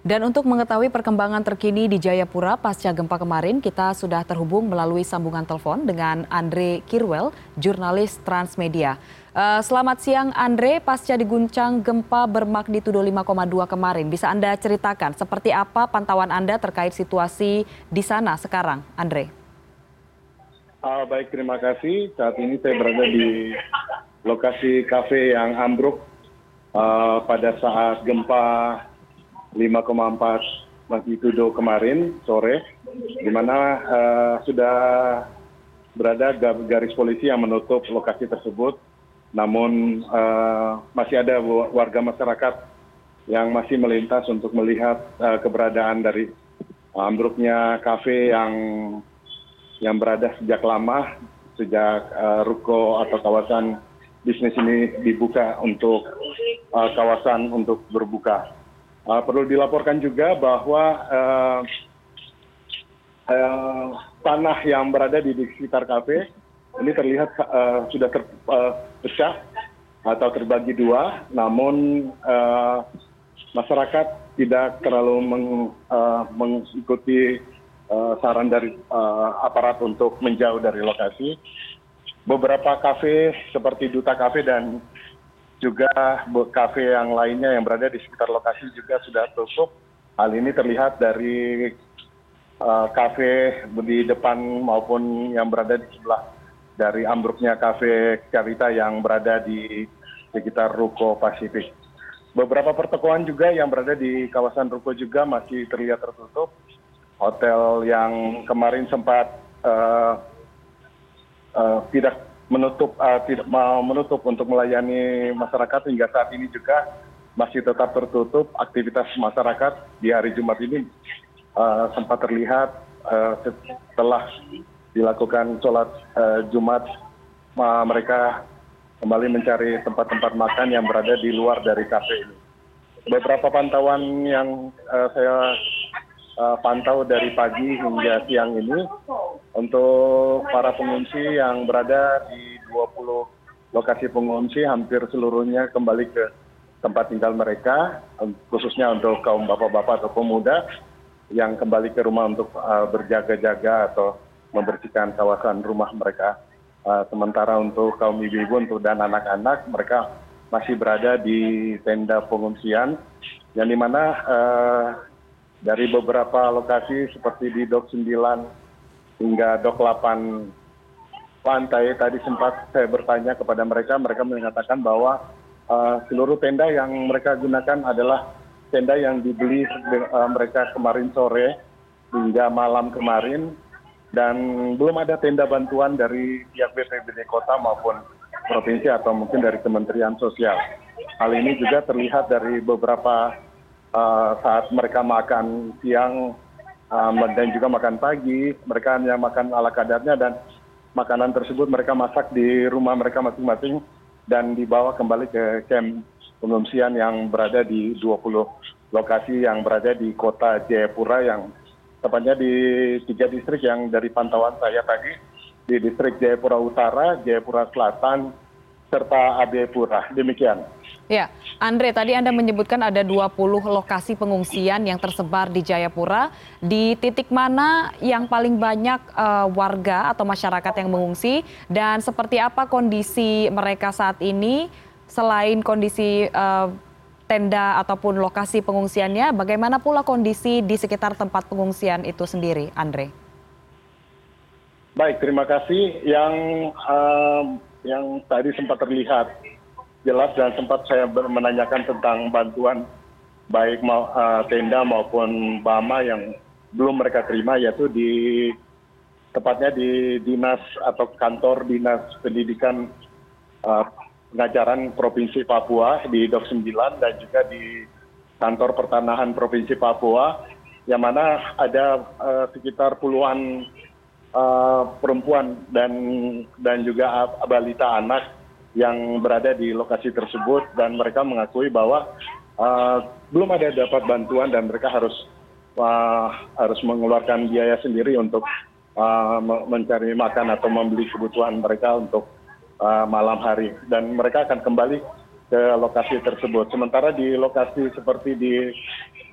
Dan untuk mengetahui perkembangan terkini di Jayapura pasca gempa kemarin, kita sudah terhubung melalui sambungan telepon dengan Andre Kirwel, jurnalis Transmedia. Selamat siang Andre, pasca diguncang gempa bermagnitudo 5,2 kemarin, bisa Anda ceritakan seperti apa pantauan Anda terkait situasi di sana sekarang, Andre? Baik, terima kasih. Saat ini saya berada di lokasi kafe yang ambruk pada saat gempa 5,4 magnitudo kemarin sore, di mana sudah berada garis polisi yang menutup lokasi tersebut. Namun masih ada warga masyarakat yang masih melintas untuk melihat keberadaan dari ambruknya kafe yang berada sejak lama, sejak ruko atau kawasan bisnis ini dibuka untuk kawasan untuk berbuka. Perlu dilaporkan juga bahwa tanah yang berada di sekitar kafe ini terlihat sudah terpecah atau terbagi dua, namun masyarakat tidak terlalu mengikuti saran dari aparat untuk menjauh dari lokasi. Beberapa kafe seperti Duta Cafe dan juga kafe yang lainnya yang berada di sekitar lokasi juga sudah tutup. Hal ini terlihat dari kafe di depan maupun yang berada di sebelah dari ambruknya kafe Carita yang berada di sekitar Ruko Pasifik. Beberapa pertokoan juga yang berada di kawasan Ruko juga masih terlihat tertutup. Hotel yang kemarin sempat tidak mau menutup untuk melayani masyarakat hingga saat ini juga masih tetap tertutup. Aktivitas masyarakat di hari Jumat ini sempat terlihat setelah dilakukan sholat Jumat, mereka kembali mencari tempat-tempat makan yang berada di luar dari kafe ini. Beberapa pantauan yang saya pantau dari pagi hingga siang ini untuk para pengungsi yang berada di 20 lokasi pengungsi, hampir seluruhnya kembali ke tempat tinggal mereka, khususnya untuk kaum bapak-bapak atau pemuda yang kembali ke rumah untuk berjaga-jaga atau membersihkan kawasan rumah mereka. Sementara untuk kaum ibu-ibu dan anak-anak, mereka masih berada di tenda pengungsian yang dimana dari beberapa lokasi seperti di Dok 9 hingga Dok 8 Pantai, tadi sempat saya bertanya kepada mereka mengatakan bahwa seluruh tenda yang mereka gunakan adalah tenda yang dibeli mereka kemarin sore hingga malam kemarin, dan belum ada tenda bantuan dari pihak BPBD kota maupun provinsi atau mungkin dari Kementerian Sosial. Hal ini juga terlihat dari beberapa saat mereka makan siang dan juga makan pagi, mereka hanya makan ala kadarnya dan makanan tersebut mereka masak di rumah mereka masing-masing dan dibawa kembali ke camp pengungsian yang berada di 20 lokasi yang berada di kota Jayapura, yang tepatnya di 3 distrik yang dari pantauan saya tadi, di distrik Jayapura Utara, Jayapura Selatan, serta Abeypura. Demikian. Ya, Andre, tadi Anda menyebutkan ada 20 lokasi pengungsian yang tersebar di Jayapura. Di titik mana yang paling banyak warga atau masyarakat yang mengungsi, dan seperti apa kondisi mereka saat ini selain kondisi tenda ataupun lokasi pengungsiannya, bagaimana pula kondisi di sekitar tempat pengungsian itu sendiri, Andre? Baik, terima kasih. Yang tadi sempat terlihat jelas dan sempat saya menanyakan tentang bantuan baik tenda maupun BAMA yang belum mereka terima, yaitu tepatnya di dinas atau kantor dinas pendidikan pengajaran Provinsi Papua di Dok 9 dan juga di kantor pertanahan Provinsi Papua, yang mana ada sekitar puluhan perempuan dan juga balita anak yang berada di lokasi tersebut, dan mereka mengakui bahwa belum ada dapat bantuan dan mereka harus mengeluarkan biaya sendiri untuk mencari makan atau membeli kebutuhan mereka untuk malam hari, dan mereka akan kembali ke lokasi tersebut. Sementara di lokasi seperti di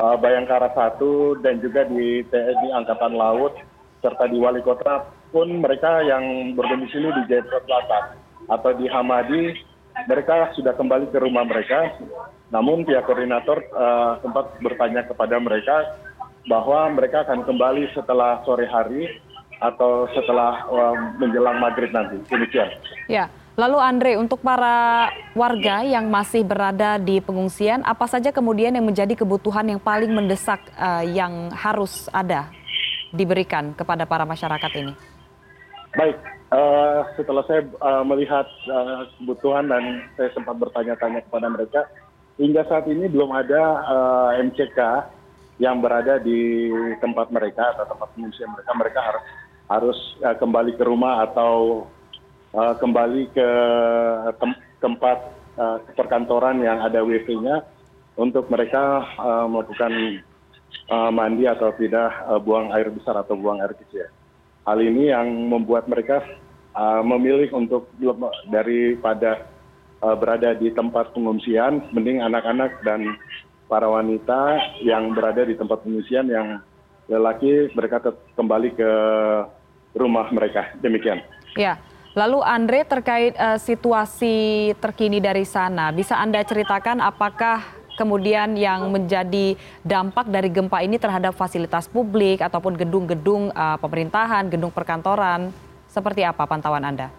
Bayangkara 1 dan juga di TNI Angkatan Laut serta di Wali Kota pun mereka yang berdomisili di Jayapura Selatan atau di Hamadi, mereka sudah kembali ke rumah mereka. Namun pihak koordinator sempat bertanya kepada mereka bahwa mereka akan kembali setelah sore hari atau setelah menjelang maghrib nanti. Demikian. Ya, lalu Andre, untuk para warga yang masih berada di pengungsian, apa saja kemudian yang menjadi kebutuhan yang paling mendesak yang harus ada diberikan kepada para masyarakat ini? Baik, setelah saya melihat kebutuhan dan saya sempat bertanya-tanya kepada mereka, hingga saat ini belum ada MCK yang berada di tempat mereka atau tempat pengungsian mereka. Mereka harus kembali ke rumah atau kembali ke tempat perkantoran yang ada WC-nya untuk mereka melakukan mandi atau tidak buang air besar atau buang air kecil. Hal ini yang membuat mereka memilih untuk daripada berada di tempat pengungsian, mending anak-anak dan para wanita yang berada di tempat pengungsian, yang lelaki mereka kembali ke rumah mereka. Demikian. Ya, lalu Andre, terkait situasi terkini dari sana, bisa Anda ceritakan apakah kemudian yang menjadi dampak dari gempa ini terhadap fasilitas publik ataupun gedung-gedung pemerintahan, gedung perkantoran, seperti apa pantauan Anda?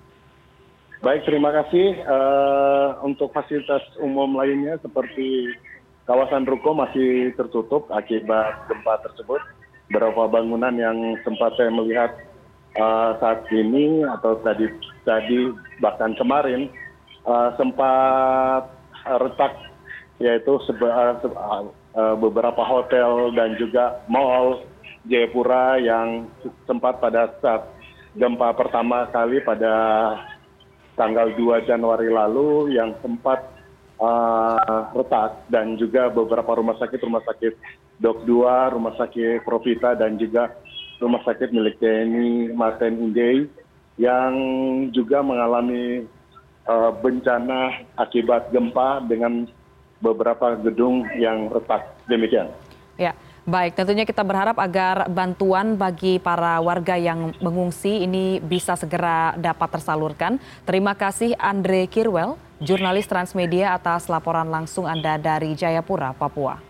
Baik, terima kasih. Untuk fasilitas umum lainnya seperti kawasan ruko masih tertutup akibat gempa tersebut. Beberapa bangunan yang sempat saya melihat saat ini atau tadi bahkan kemarin sempat retak, yaitu beberapa hotel dan juga mall Jayapura yang sempat pada saat gempa pertama kali pada tanggal 2 Januari lalu yang sempat retak, dan juga beberapa rumah sakit Dok 2, Rumah Sakit Profita, dan juga rumah sakit milik TNI Maten Injai yang juga mengalami bencana akibat gempa dengan beberapa gedung yang retak. Demikian. Ya, baik. Tentunya kita berharap agar bantuan bagi para warga yang mengungsi ini bisa segera dapat tersalurkan. Terima kasih Andre Kirwel, jurnalis Transmedia, atas laporan langsung Anda dari Jayapura, Papua.